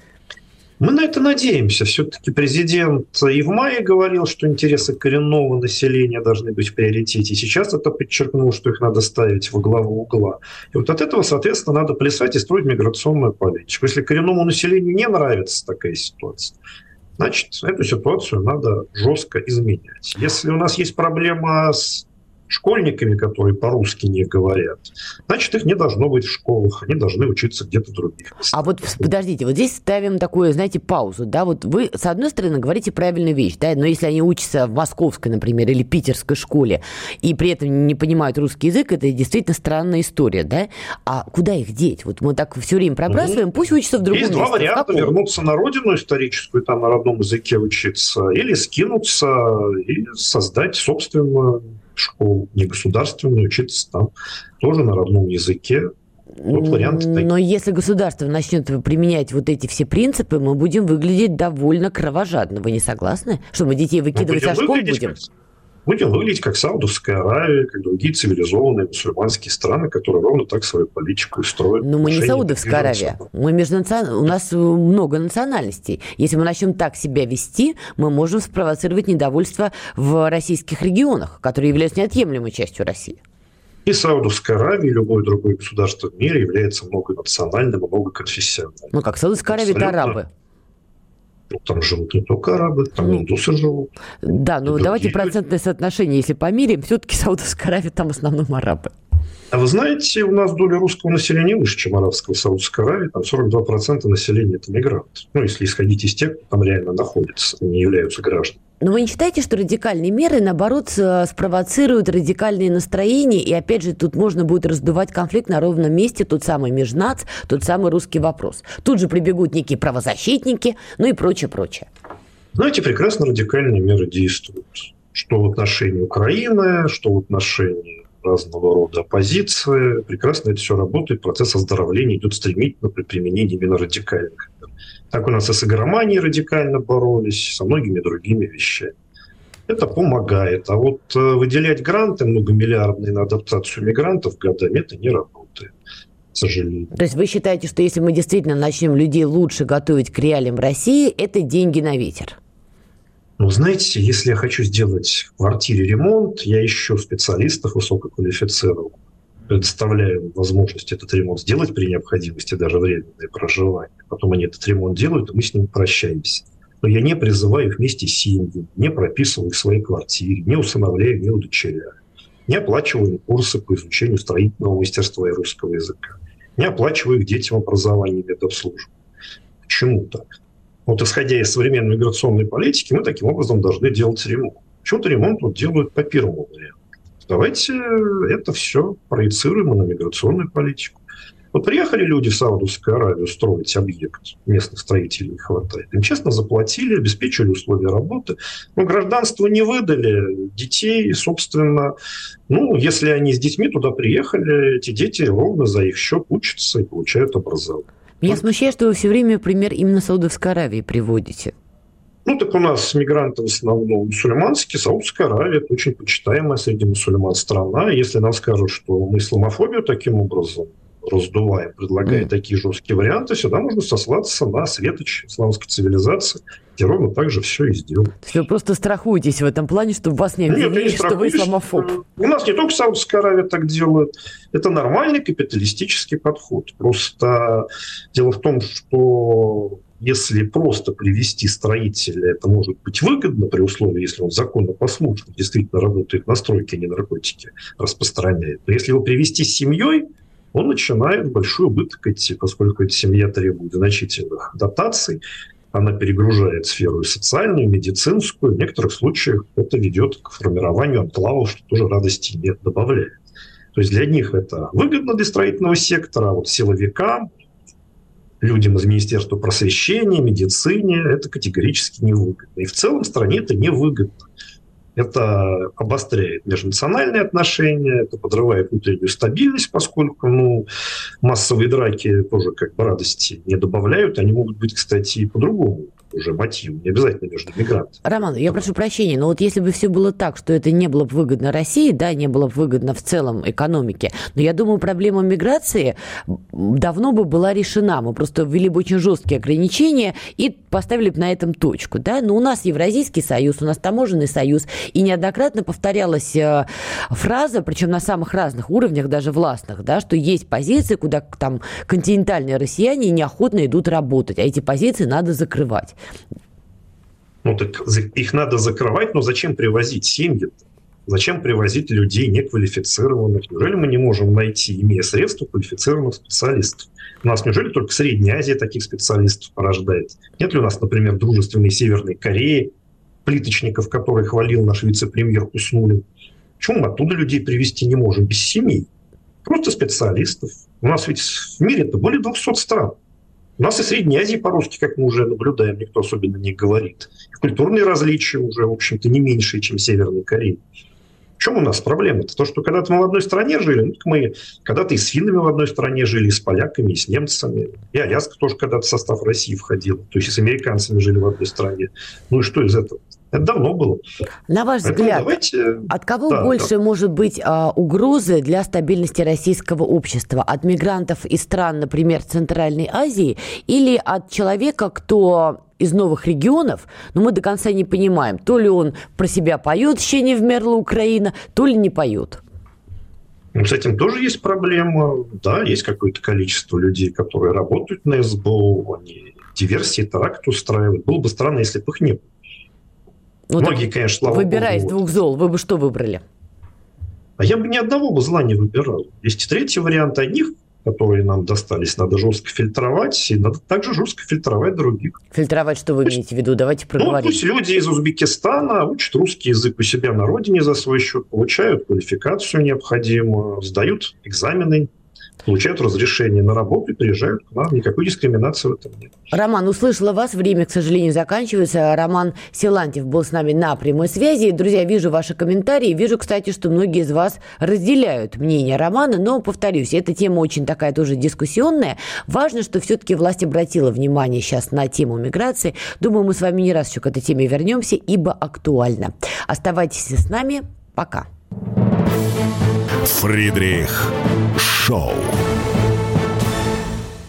Мы на это надеемся. Все-таки президент и в мае говорил, что интересы коренного населения должны быть в приоритете. И сейчас это подчеркнул, что их надо ставить во главу угла. И вот от этого, соответственно, надо плясать и строить миграционную политику. Если коренному населению не нравится такая ситуация, значит, эту ситуацию надо жестко изменять. Если у нас есть проблема с школьниками, которые по-русски не говорят, значит, их не должно быть в школах, они должны учиться где-то в других местах. А вот подождите, вот здесь ставим такую, знаете, паузу, да, вот вы, с одной стороны, говорите правильную вещь, да, но если они учатся в московской, например, или питерской школе, и при этом не понимают русский язык, это действительно странная история, да, а куда их деть? Вот мы так все время пробрасываем, пусть учатся в другом месте. Есть два варианта: вернуться на родину историческую, там на родном языке учиться, или скинуться и создать собственную школу негосударственную, учиться там тоже на родном языке. Вот варианты такие. Но если государство начнет применять вот эти все принципы, мы будем выглядеть довольно кровожадно. Вы не согласны? Что мы детей выкидывать со школ будем? Как, будем выглядеть как Саудовская Аравия, как другие цивилизованные мусульманские страны, которые ровно так свою политику строят. Но мы не Саудовская Аравия. Мы межнацион... У нас много национальностей. Если мы начнем так себя вести, мы можем спровоцировать недовольство в российских регионах, которые являются неотъемлемой частью России. И Саудовская Аравия, и любое другое государство в мире является многонациональным и многоконфессиональным. Ну как, Саудовская Аравия – это арабы. Ну, там живут не только арабы, там ну, индусы живут. Да, но давайте процентное соотношение, если померяем, все-таки Саудовская Аравия там в основном арабы. А вы знаете, у нас доля русского населения выше, чем арабского в Саудовской Аравии. Там сорок два процента населения – это мигранты. Ну, если исходить из тех, кто там реально находится, не являются гражданами. Но вы не считаете, что радикальные меры, наоборот, спровоцируют радикальные настроения, и, опять же, тут можно будет раздувать конфликт на ровном месте, тот самый межнац, тот самый русский вопрос. Тут же прибегут некие правозащитники, ну и прочее, прочее. Знаете, прекрасно радикальные меры действуют. Что в отношении Украины, что в отношении разного рода оппозиции. Прекрасно это все работает. Процесс оздоровления идет стремительно при применении именно радикальных мер. Так у нас и с игроманией радикально боролись, со многими другими вещами. Это помогает. А вот выделять гранты многомиллиардные на адаптацию мигрантов годами, это не работает, к сожалению. То есть вы считаете, что если мы действительно начнем людей лучше готовить к реалиям России, это деньги на ветер? Ну, знаете, если я хочу сделать в квартире ремонт, я ищу специалистов высококвалифицированных, предоставляю возможность этот ремонт сделать при необходимости, даже временное проживание. Потом они этот ремонт делают, и мы с ними прощаемся. Но я не призываю их вместе семьи, не прописываю их в своей квартире, не усыновляю, не удочеряю. Не оплачиваю им курсы по изучению строительного мастерства и русского языка. Не оплачиваю их детям образование и медобслуживание. Почему так? Вот исходя из современной миграционной политики, мы таким образом должны делать ремонт. Почему-то ремонт вот делают по первому варианту. Давайте это все проецируем на миграционную политику. Вот приехали люди в Саудовскую Аравию строить объект, местных строителей не хватает. Им честно заплатили, обеспечили условия работы, но гражданство не выдали, детей, собственно, ну, если они с детьми туда приехали, эти дети ровно за их счет учатся и получают образование. Меня смущает, что вы все время пример именно Саудовской Аравии приводите. Ну, так у нас мигранты в основном мусульманские. Саудовская Аравия – это очень почитаемая среди мусульман страна. Если нам скажут, что мы исламофобию таким образом раздуваем, предлагая mm. такие жесткие варианты, сюда можно сослаться на светоч исламской цивилизации, где ровно так же все и сделано. То есть вы просто страхуетесь в этом плане, чтобы вас не обвинили, что вы исламофоб? У нас не только Саудовская Аравия так делает. Это нормальный капиталистический подход. Просто дело в том, что если просто привести строителя, это может быть выгодно при условии, если он законно послушен, действительно работает на стройке, а не наркотики распространяет. Но если его привести с семьей, он начинает в большой убыток идти, поскольку эта семья требует значительных дотаций, она перегружает сферу и социальную, и медицинскую. В некоторых случаях это ведет к формированию анклавов, что тоже радости не добавляет. То есть для них это выгодно для строительного сектора, а вот силовикам, людям из Министерства просвещения, медицине это категорически невыгодно. И в целом стране это невыгодно. Это обостряет межнациональные отношения, это подрывает внутреннюю стабильность, поскольку ну, массовые драки тоже как бы радости не добавляют. Они могут быть, кстати, и по-другому уже мотивом, не обязательно между мигрантами. Роман, я прошу прощения, но вот если бы все было так, что это не было бы выгодно России, да, не было бы выгодно в целом экономике, но я думаю, проблема миграции давно бы была решена. Мы просто ввели бы очень жесткие ограничения и поставили бы на этом точку, да. Но у нас Евразийский союз, у нас таможенный союз, и неоднократно повторялась фраза, причем на самых разных уровнях, даже властных, да, что есть позиции, куда там континентальные россияне неохотно идут работать, а эти позиции надо закрывать. Ну, так их надо закрывать, но зачем привозить семьи-то? Зачем привозить людей неквалифицированных? Неужели мы не можем найти, имея средства, квалифицированных специалистов? У нас неужели только Средняя Азия таких специалистов порождает? Нет ли у нас, например, дружественной Северной Кореи, плиточников, которые хвалил наш вице-премьер Хуснуллин? Почему мы оттуда людей привезти не можем? Без семей. Просто специалистов. У нас ведь в мире-то более двухсот стран. У нас и в Средней Азии по-русски, как мы уже наблюдаем, никто особенно не говорит. И культурные различия уже, в общем-то, не меньше, чем в Северной Корее. В чем у нас проблема-то? То, что когда-то мы в одной стране жили, ну, мы когда-то и с финнами в одной стране жили, и с поляками, и с немцами. И Аляска тоже когда-то в состав России входила. То есть и с американцами жили в одной стране. Ну и что из этого? Это давно было. На ваш Поэтому взгляд, давайте... от кого да, больше да. может быть а, угрозы для стабильности российского общества? От мигрантов из стран, например, Центральной Азии, или от человека, кто из новых регионов, но мы до конца не понимаем, то ли он про себя поет «Еще не вмерла Украина», то ли не поет? Ну, с этим тоже есть проблема. Да, есть какое-то количество людей, которые работают на эс бэ о, они диверсии, теракты устраивают. Было бы странно, если бы их не было. Ну, Многие, конечно, слава выбирая богу, из двух зол, вы бы что выбрали? А я бы ни одного бы зла не выбирал. Есть и третий вариант. Одних, которые нам достались, надо жестко фильтровать, и надо также жестко фильтровать других. Фильтровать, что вы пусть, имеете в виду? Давайте проговорим. Ну, пусть люди из Узбекистана учат русский язык у себя на родине за свой счет, получают квалификацию необходимую, сдают экзамены, получают разрешение на работу и приезжают к нам. Никакой дискриминации в этом нет. Роман, услышала вас. Время, к сожалению, заканчивается. Роман Силантьев был с нами на прямой связи. Друзья, вижу ваши комментарии. Вижу, кстати, что многие из вас разделяют мнение Романа. Но, повторюсь, эта тема очень такая тоже дискуссионная. Важно, что все-таки власть обратила внимание сейчас на тему миграции. Думаю, мы с вами не раз еще к этой теме вернемся, ибо актуально. Оставайтесь с нами. Пока. Фридрих Шоу.